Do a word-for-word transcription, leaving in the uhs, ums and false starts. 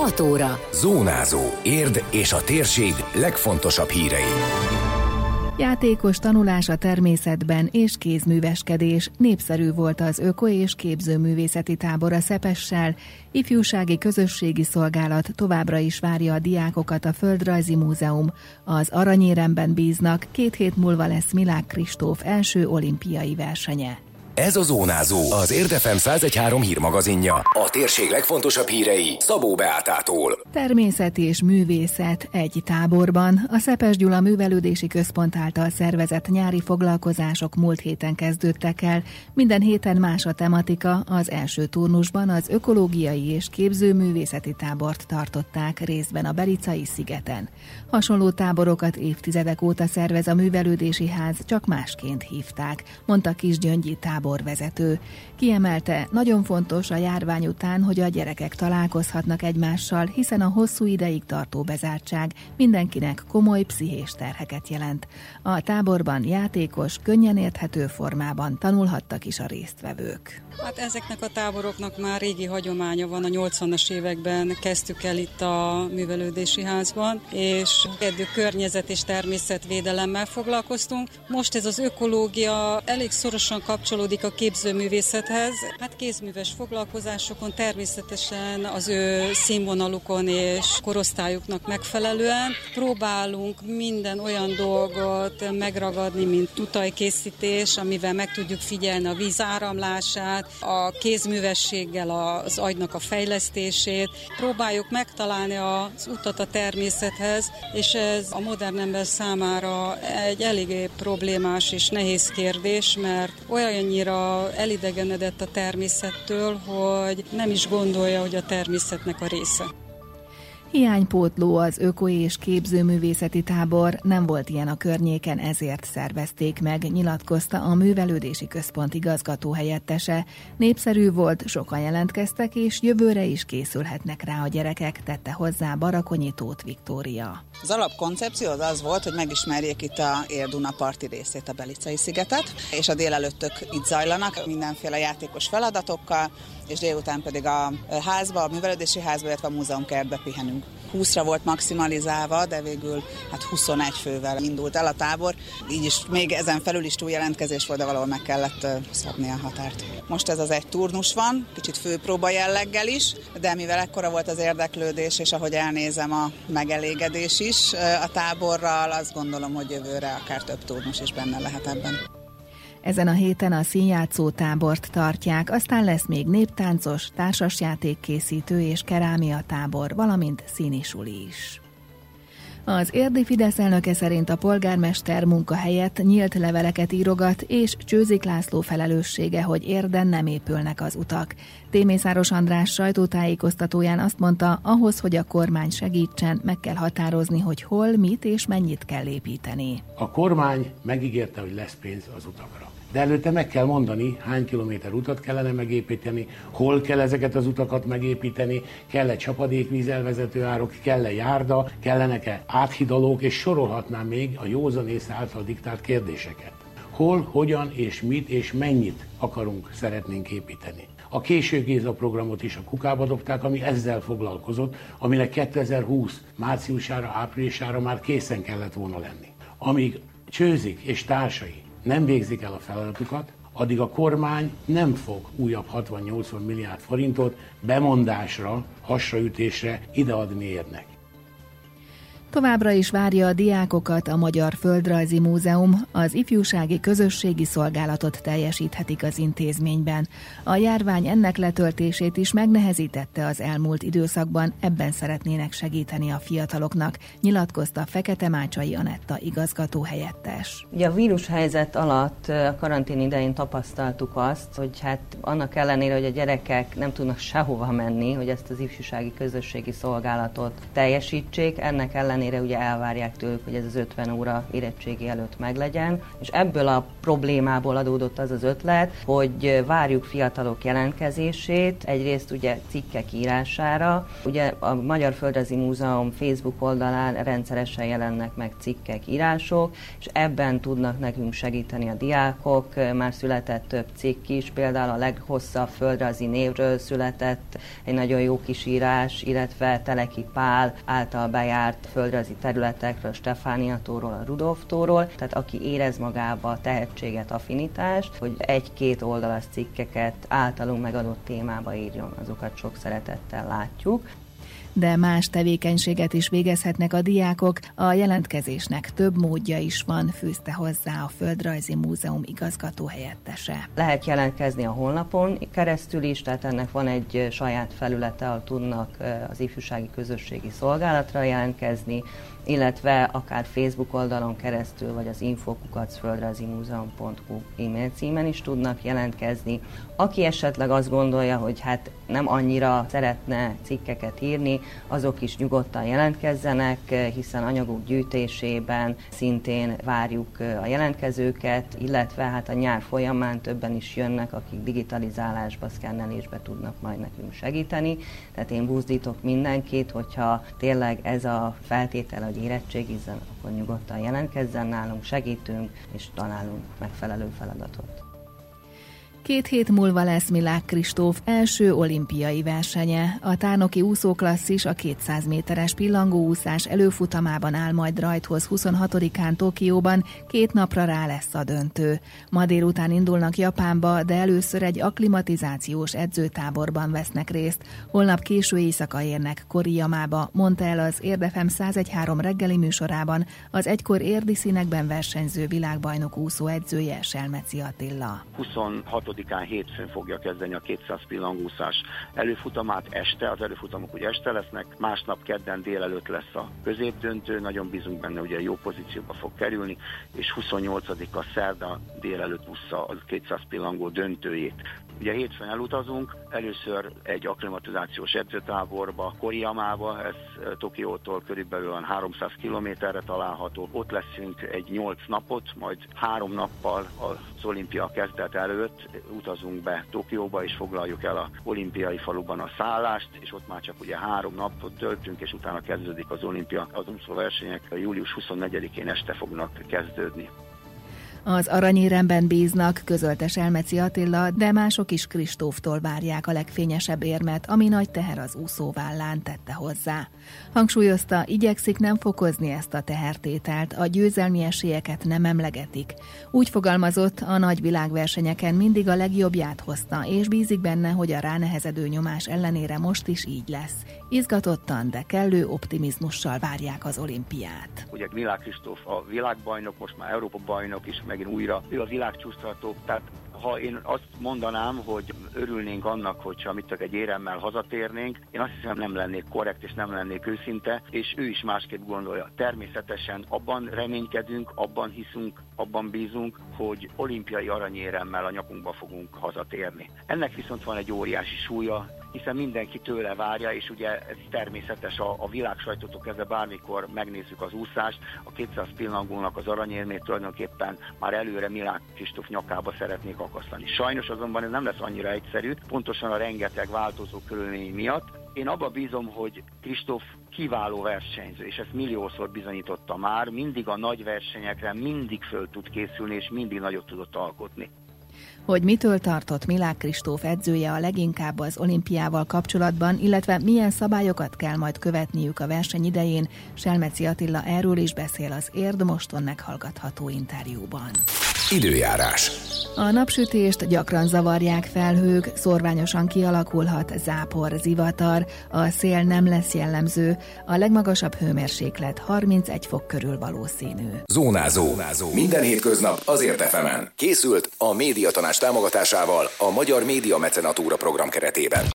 hat óra. Zónázó. Érd és a térség legfontosabb hírei. Játékos tanulás a természetben és kézműveskedés. Népszerű volt az öko- és képzőművészeti tábor a Szepessel. Ifjúsági közösségi szolgálat továbbra is várja a diákokat a Földrajzi Múzeum. Az aranyéremben bíznak, két hét múlva lesz Milák Kristóf első olimpiai versenye. Ez a Zónázó, az Érd ef em száz egy három hírmagazinja. A térség legfontosabb hírei Szabó Beátától. Természet és művészet egy táborban. A Szepes Gyula Művelődési Központ által szervezett nyári foglalkozások múlt héten kezdődtek el. Minden héten más a tematika, az első turnusban az ökológiai és képzőművészeti tábort tartották részben a Belicai szigeten. Hasonló táborokat évtizedek óta szervez a Művelődési Ház, csak másként hívták, mondta Kisgyöngyi táborvezető. Kiemelte, nagyon fontos a járvány után, hogy a gyerekek találkozhatnak egymással, hiszen a hosszú ideig tartó bezártság mindenkinek komoly pszichés terheket jelent. A táborban játékos, könnyen érthető formában tanulhattak is a résztvevők. Hát ezeknek a táboroknak már régi hagyománya van, a nyolcvanas években kezdtük el itt a Művelődési Házban, és eddig környezet és természetvédelemmel foglalkoztunk. Most ez az ökológia elég szorosan kapcsolódik a képzőművészethez. Hát kézműves foglalkozásokon természetesen az ő színvonalukon és korosztályuknak megfelelően próbálunk minden olyan dolgot megragadni, mint tutajkészítés, amivel meg tudjuk figyelni a víz áramlását, a kézművességgel az agynak a fejlesztését. Próbáljuk megtalálni az utat a természethez, és ez a modern ember számára egy eléggé problémás és nehéz kérdés, mert olyannyira elidegenedett a természettől, hogy nem is gondolja, hogy a természetnek a része. Hiánypótló az öko- és képzőművészeti tábor, nem volt ilyen a környéken, ezért szervezték meg, nyilatkozta a Művelődési Központ igazgatóhelyettese. Népszerű volt, sokan jelentkeztek, és jövőre is készülhetnek rá a gyerekek, tette hozzá Barakonyi Tóth Viktória. Az alapkoncepció az az volt, hogy megismerjék itt a Ér-Duna parti részét, a Belicai szigetet, és a délelőttök itt zajlanak mindenféle játékos feladatokkal, és délután pedig a házba, a művelődési házba, illetve a múzeumkertbe pihenünk. húszra volt maximalizálva, de végül hát huszonegy fővel indult el a tábor, így is még ezen felül is túljelentkezés volt, de valahol meg kellett szabni a határt. Most ez az egy turnus van, kicsit főpróba jelleggel is, de mivel ekkora volt az érdeklődés, és ahogy elnézem a megelégedés is a táborral, azt gondolom, hogy jövőre akár több turnus is benne lehet ebben. Ezen a héten a színjátszó tábort tartják, aztán lesz még néptáncos, társasjátékkészítő és kerámia tábor, valamint színisuli is. Az érdi Fidesz elnöke szerint a polgármester munkahelyett nyílt leveleket írogat, és Csőzik László felelőssége, hogy Érden nem épülnek az utak. Témészáros András sajtótájékoztatóján azt mondta, ahhoz, hogy a kormány segítsen, meg kell határozni, hogy hol, mit és mennyit kell építeni. A kormány megígérte, hogy lesz pénz az utakra. De előtte meg kell mondani, hány kilométer utat kellene megépíteni, hol kell ezeket az utakat megépíteni, kell-e csapadékvízelvezető árok, kell-e járda, kellenek-e áthidalók, és sorolhatnám még a józanész által diktált kérdéseket. Hol, hogyan és mit és mennyit akarunk, szeretnénk építeni. A Késő Géza programot is a kukába dobták, ami ezzel foglalkozott, aminek kétezer-húsz márciusára, áprilisára már készen kellett volna lenni. Amíg Csőzik és társai nem végzik el a feladatukat, addig a kormány nem fog újabb hatvan-nyolcvan milliárd forintot bemondásra, hasraütésre ideadni Érdnek. Továbbra is várja a diákokat a Magyar Földrajzi Múzeum, az ifjúsági közösségi szolgálatot teljesíthetik az intézményben. A járvány ennek letöltését is megnehezítette az elmúlt időszakban, ebben szeretnének segíteni a fiataloknak, nyilatkozta Fekete-Mácsai Anetta igazgatóhelyettes. Ugye a vírushelyzet alatt a karantén idején tapasztaltuk azt, hogy hát annak ellenére, hogy a gyerekek nem tudnak sehova menni, hogy ezt az ifjúsági közösségi szolgálatot teljesítsék, ennek ellenére ellenére ugye elvárják tőlük, hogy ez az ötven óra érettségi előtt meglegyen, és ebből a problémából adódott az az ötlet, hogy várjuk fiatalok jelentkezését, egyrészt ugye cikkek írására, ugye a Magyar Földrajzi Múzeum Facebook oldalán rendszeresen jelennek meg cikkek, írások, és ebben tudnak nekünk segíteni a diákok, már született több cikk is, például a leghosszabb földrajzi névről született egy nagyon jó kis írás, illetve Teleki Pál által bejárt földrajzi területekről, Stefániatóról, a Rudolftóról, tehát aki érez magába tehetséget, affinitást, hogy egy-két oldalas cikkeket általunk megadott témába írjon, azokat sok szeretettel látjuk. De más tevékenységet is végezhetnek a diákok, a jelentkezésnek több módja is van, fűzte hozzá a Földrajzi Múzeum igazgató helyettese. Lehet jelentkezni a honlapon keresztül is, tehát ennek van egy saját felülete, ahol tudnak az ifjúsági közösségi szolgálatra jelentkezni, illetve akár Facebook oldalon keresztül, vagy az info kukac földrajzimúzeum pont hu e-mail címen is tudnak jelentkezni. Aki esetleg azt gondolja, hogy hát nem annyira szeretne cikkeket írni, azok is nyugodtan jelentkezzenek, hiszen anyagok gyűjtésében szintén várjuk a jelentkezőket, illetve hát a nyár folyamán többen is jönnek, akik digitalizálásba, szkennelésbe tudnak majd nekünk segíteni. Tehát én buzdítok mindenkit, hogyha tényleg ez a feltétel, hogy érettségizzen, akkor nyugodtan jelentkezzen nálunk, segítünk és találunk megfelelő feladatot. Két hét múlva lesz Milák Kristóf első olimpiai versenye. A tárnoki úszóklasszis a kétszáz méteres pillangóúszás előfutamában áll majd rajthoz huszonhatodikán Tokióban, két napra rá lesz a döntő. Ma délután indulnak Japánba, de először egy akklimatizációs edzőtáborban vesznek részt. Holnap késő éjszaka érnek Koriyamába, mondta el az Érdefem száz egy három reggeli műsorában az egykor érdi színekben versenyző világbajnok úszó edzője, Selmeci Attila. huszonhatodikán hétfőn fogja kezdeni a kétszáz pillangóúszás előfutamát este, az előfutamok ugye este lesznek, másnap kedden délelőtt lesz a középdöntő, nagyon bízunk benne, ugye jó pozícióba fog kerülni, és huszonnyolcadika szerda délelőtt ússza a kétszáz pillangó döntőjét. Ugye hétfőn elutazunk, először egy akklimatizációs edzőtáborba, Koriyamába, ez Tokiótól körülbelül háromszáz kilométerre található. Ott leszünk egy nyolc napot, majd három nappal az olimpia kezdet előtt utazunk be Tokióba, és foglaljuk el az olimpiai faluban a szállást, és ott már csak ugye három napot töltünk, és utána kezdődik az olimpia. Az úszóversenyek július huszonnegyedikén este fognak kezdődni. Az aranyéremben bíznak, közölte Selmeci Attila, de mások is Kristóftól várják a legfényesebb érmet, ami nagy teher az úszóvállán, tette hozzá. Hangsúlyozta, igyekszik nem fokozni ezt a tehertételt, a győzelmi esélyeket nem emlegetik. Úgy fogalmazott, a nagy világversenyeken mindig a legjobbját hozta, és bízik benne, hogy a ránehezedő nyomás ellenére most is így lesz. Izgatottan, de kellő optimizmussal várják az olimpiát. Ugye Milák Kristóf a világbajnok, most már Európa bajnok is, megint újra ő a világcsúsztató, tehát ha én azt mondanám, hogy örülnénk annak, hogyha mit csak egy éremmel hazatérnénk, én azt hiszem nem lennék korrekt és nem lennék őszinte, és ő is másképp gondolja. Természetesen abban reménykedünk, abban hiszünk, abban bízunk, hogy olimpiai aranyéremmel a nyakunkba fogunk hazatérni. Ennek viszont van egy óriási súlya, hiszen mindenki tőle várja, és ugye ez természetes, a, a világ sajtótól kezdve bármikor megnézzük az úszást, a kétszáz pillangónak az aranyérmét tulajdonképpen már előre Milák Kristóf nyakába szeretnék akasztani. Sajnos azonban ez nem lesz annyira egyszerű, pontosan a rengeteg változó körülmény miatt. Én abba bízom, hogy Kristóf kiváló versenyző, és ezt milliószor bizonyította már, mindig a nagy versenyekre mindig föl tud készülni, és mindig nagyot tudott alkotni. Hogy mitől tartott Milák Kristóf edzője a leginkább az olimpiával kapcsolatban, illetve milyen szabályokat kell majd követniük a verseny idején, Selmeci Attila erről is beszél az Érd Moston meghallgatható interjúban. Időjárás. A napsütést gyakran zavarják felhők, szórványosan kialakulhat zápor, zivatar, a szél nem lesz jellemző, a legmagasabb hőmérséklet harmincegy fok körül valószínű. Zónázó. Zónázó. Minden hétköznap az Érdefemen. Készült a Médiatanács támogatásával a Magyar Média Mecenatúra program keretében.